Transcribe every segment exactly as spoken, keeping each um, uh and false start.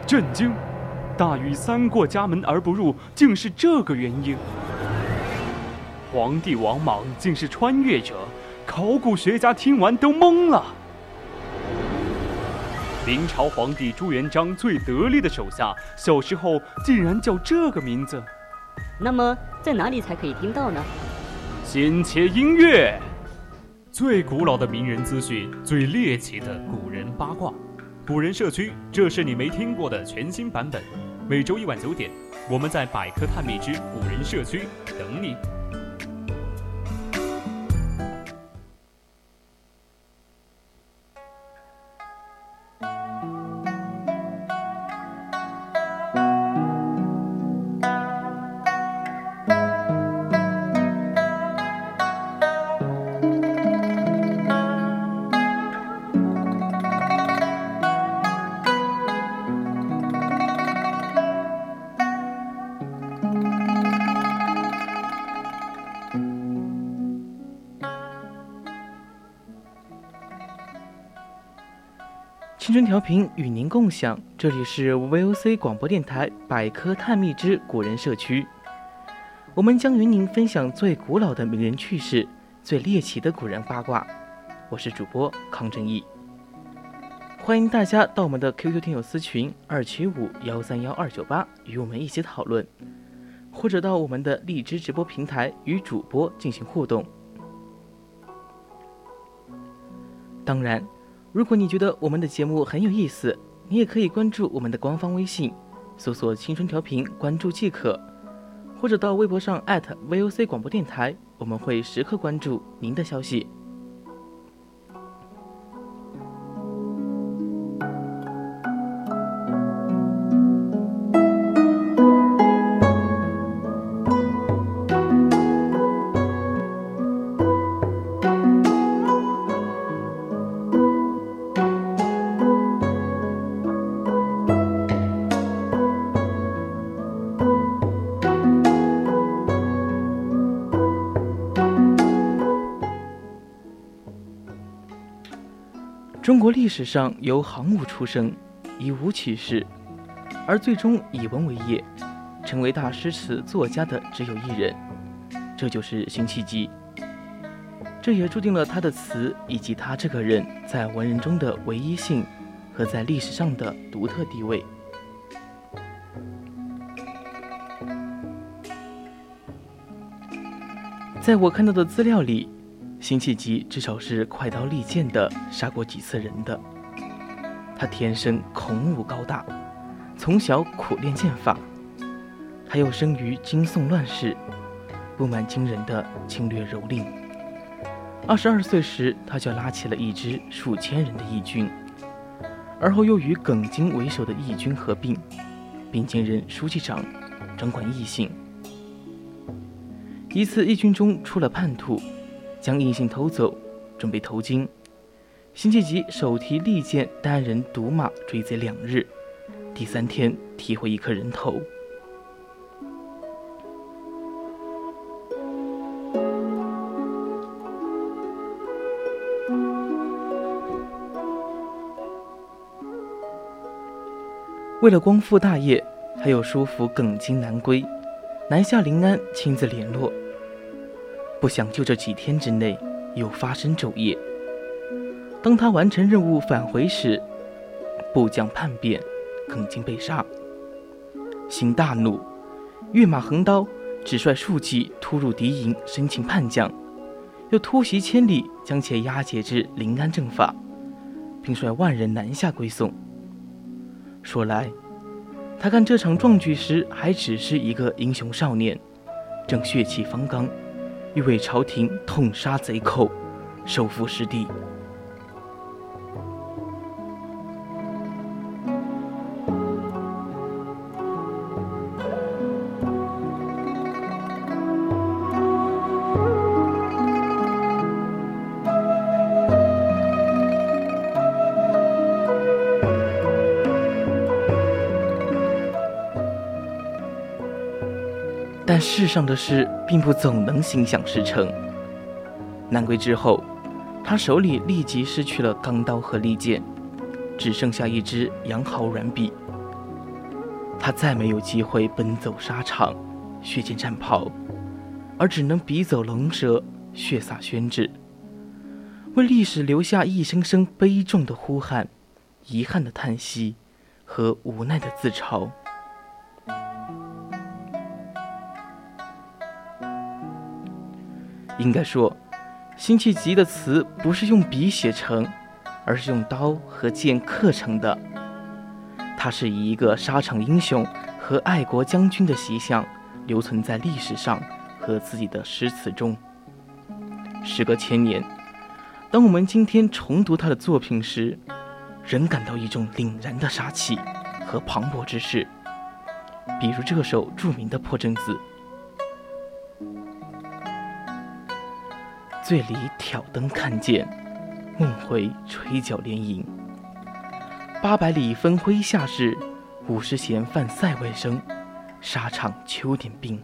震惊！大禹三过家门而不入，竟是这个原因。皇帝王莽竟是穿越者，考古学家听完都懵了。明朝皇帝朱元璋最得力的手下，小时候竟然叫这个名字。 那么在哪里才可以听到呢？ 先切音乐。最古老的名人资讯，最猎奇的古人八卦，古人社区，这是你没听过的全新版本。每周一晚九点，我们在百科探秘之古人社区等你。 青春调频与您共享，这里是 V O C 广播电台百科探秘之古人社区。我们将与您分享最古老的名人趣事，最猎奇的古人八卦。我是主播康正义，欢迎大家到我们的 Q Q 听友私群二七五幺三幺二九八与我们一起讨论，或者到我们的荔枝直播平台与主播进行互动。当然，如果你觉得我们的节目很有意思，你也可以关注我们的官方微信，搜索青春调频关注即可，或者到微博上 at V O C 广播电台，我们会时刻关注您的消息。中国历史上由行伍出生，以武起事，而最终以文为业，成为大诗词作家的只有一人，这就是辛弃疾。这也注定了他的词以及他这个人在文人中的唯一性和在历史上的独特地位。在我看到的资料里，辛弃疾至少是快刀利剑的杀过几次人的。他天生孔武高大，从小苦练剑法，他又生于金宋乱世，布满惊人的侵略蹂躏。二十二岁时，他就拉起了一支数千人的义军，而后又与耿京为首的义军合并，并兼任书记长，掌管义信。一次义军中出了叛徒，将义信偷走，准备投京。辛弃疾手提利剑，单人独马追贼两日，第三天提回一颗人头。为了光复大业，还有叔父耿京南归，南下临安亲自联络。不想就这几天之内又发生昼夜。当他完成任务返回时，部将叛变，耿京被杀。心大怒，跃马横刀，只率数骑突入敌营，生擒叛将，又突袭千里，将其押解至临安正法，并率万人南下归宋。说来，他干这场壮举时还只是一个英雄少年，正血气方刚，欲为朝廷痛杀贼寇，收复失地。但世上的事并不总能心想事成。南归之后，他手里立即失去了钢刀和利剑，只剩下一支羊毫软笔。 他再没有机会奔走沙场，血溅战袍，而只能笔走龙蛇，血洒宣纸，为历史留下一声声悲壮的呼喊、遗憾的叹息和无奈的自嘲。应该说，辛弃疾的词不是用笔写成，而是用刀和剑刻成的。他是以一个沙场英雄和爱国将军的形象留存在历史上和自己的诗词中。时隔千年，当我们今天重读他的作品时，仍感到一种凛然的杀气和磅礴之势。比如这首著名的破阵子：醉里挑灯看剑，梦回吹角连营。八百里分麾下士，五十弦犯塞外声。沙场秋点兵，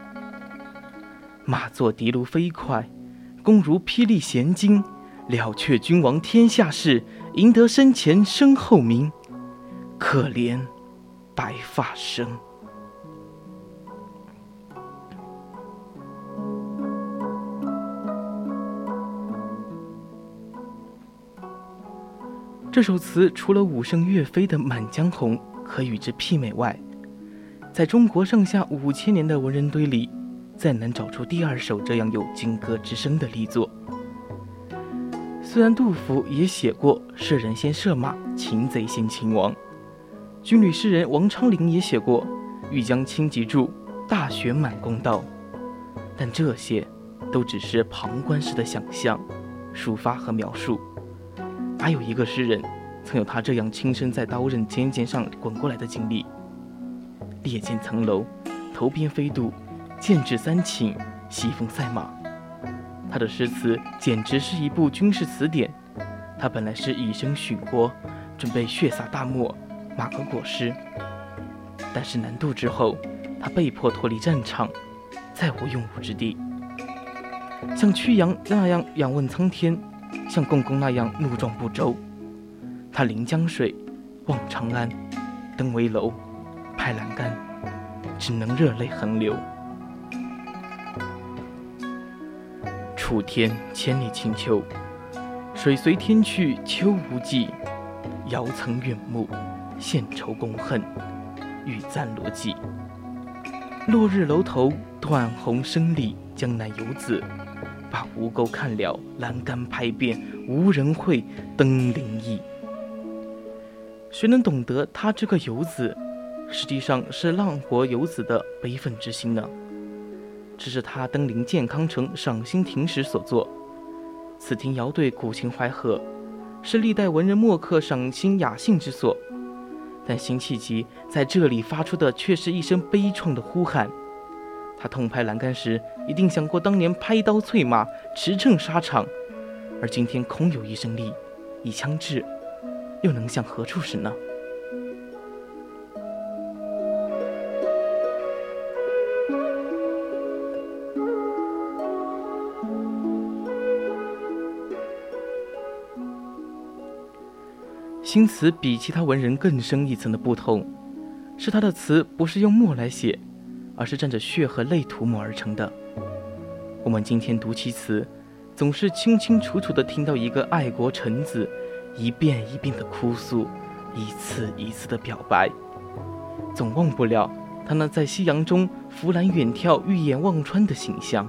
马作的卢飞快，弓如霹雳弦惊。了却君王天下事，赢得身前身后名。可怜白发生。这首词除了武圣岳飞的《满江红》可与之媲美外，在中国上下五千年的文人堆里，再难找出第二首这样有金戈之声的力作。虽然杜甫也写过“射人先射马，擒贼先擒王”，军旅诗人王昌龄也写过“欲将轻骑住，大雪满弓刀”，但这些都只是旁观式的想象、抒发和描述。哪有一个诗人曾有他这样亲身在刀刃尖尖上滚过来的经历？列剑层楼，头边飞渡，剑指三顷，西风赛马。他的诗词简直是一部军事词典。他本来是以身殉国，准备血洒大漠，马革裹尸，但是南渡之后，他被迫脱离战场，再无用武之地。像曲阳那样仰问苍天，像共工那样怒撞不周。他临江水，望长安，登危楼，拍栏杆，只能热泪横流。楚天千里清秋，水随天去秋无际。遥曾远目，献愁公恨，欲簪罗髻。落日楼头，断鸿声里，江南游子。把吴钩看了，栏杆拍遍，无人会，登临意。谁能懂得他这个游子，实际上是浪国游子的悲愤之心呢？这是他登临健康城赏心亭时所作。此亭遥对古琴淮河，是历代文人墨客赏心雅兴之所。但辛弃疾在这里发出的却是一声悲怆的呼喊。他痛拍栏杆时，一定想过当年拍刀催马，驰骋沙场，而今天空有一身力，一枪掷，又能向何处使呢？新词比其他文人更深一层的不同，是他的词不是用墨来写，而是蘸着血和泪涂抹而成的。我们今天读其词，总是清清楚楚地听到一个爱国臣子一遍一遍的哭诉，一次一次的表白，总忘不了他那在夕阳中扶栏远眺、玉眼望穿的形象。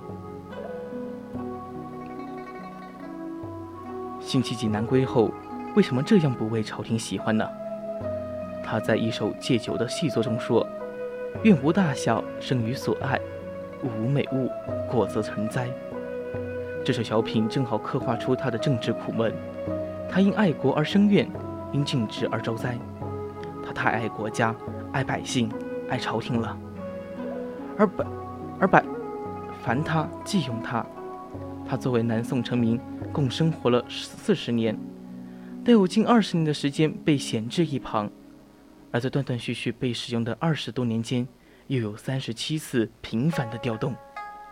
辛弃疾南归后，为什么这样不为朝廷喜欢呢？他在一首戒酒的细作中说：“愿无大小，生于所爱；物无美物，过则成灾。”这首小品正好刻画出他的政治苦闷。他因爱国而生怨，因禁止而招灾。他太爱国家、爱百姓、爱朝廷了，而百而百凡他忌用他。他作为南宋臣民，共生活了四十年，得有近二十年的时间被闲置一旁，而在断断续续被使用的二十多年间，又有三十七次频繁的调动。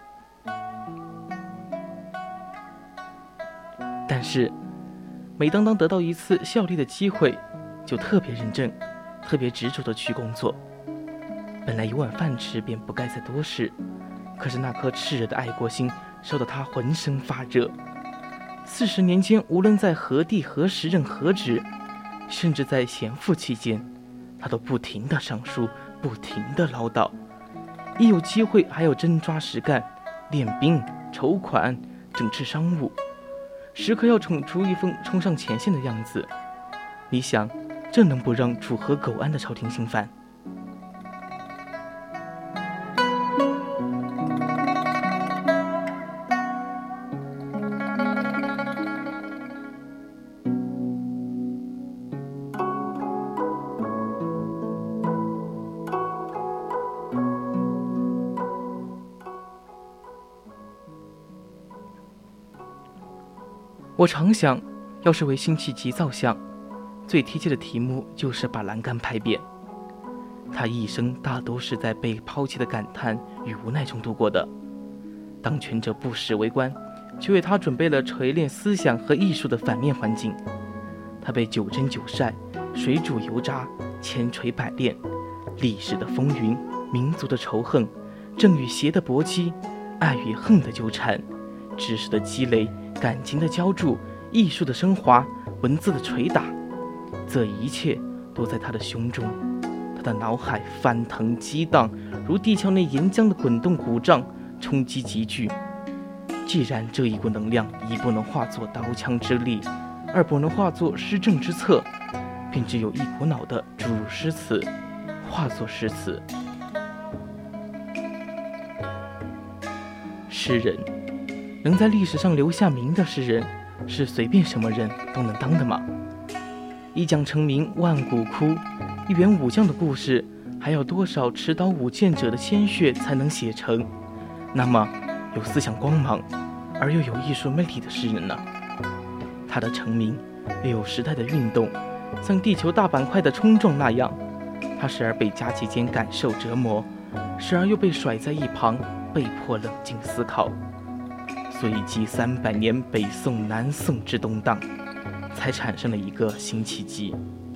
但是，每当当得到一次效力的机会，就特别认真、特别执着的去工作。 本来有碗饭吃便不该再多事，可是那颗炽热的爱国心烧得他浑身发热。四十年间，无论在何地何时任何职，甚至在闲赋期间，他都不停地上书，不停地唠叨，一有机会还要真抓实干，练兵筹款整治商务，时刻要闯出一封冲上前线的样子。你想，这能不让楚河苟安的朝廷心烦？我常想，要是为辛弃疾造像，最贴切的题目就是把栏杆拍扁。他一生大都是在被抛弃的感叹与无奈中度过的。当权者不使为官，却为他准备了锤炼思想和艺术的反面环境。他被九蒸九晒、水煮油炸、千锤百炼，历史的风云、民族的仇恨、正与邪的搏击、爱与恨的纠缠、知识的积累、感情的浇筑、艺术的升华、文字的捶打，这一切都在他的胸中。他的脑海翻腾激荡，如地壳内岩浆的滚动鼓胀，冲击急剧。既然这一股能量一不能化作刀枪之力，二不能化作施政之策，便只有一股脑的注入诗词，化作诗词。诗人，能在历史上留下名的诗人，是随便什么人都能当的吗？一将成名万骨枯，一员武将的故事，还要多少持刀舞剑者的鲜血才能写成？那么，有思想光芒而又有艺术魅力的诗人呢？他的成名也有时代的运动，像地球大板块的冲撞那样，他时而被夹击间感受折磨，时而又被甩在一旁，被迫冷静思考。随即三百年北宋南宋之动荡，才产生了一个辛弃疾。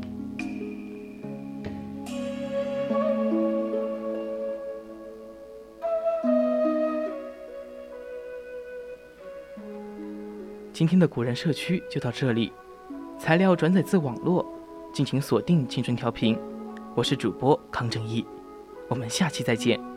今天的古人社区就到这里，材料转载自网络，敬请锁定青春调频，我是主播康正义，我们下期再见。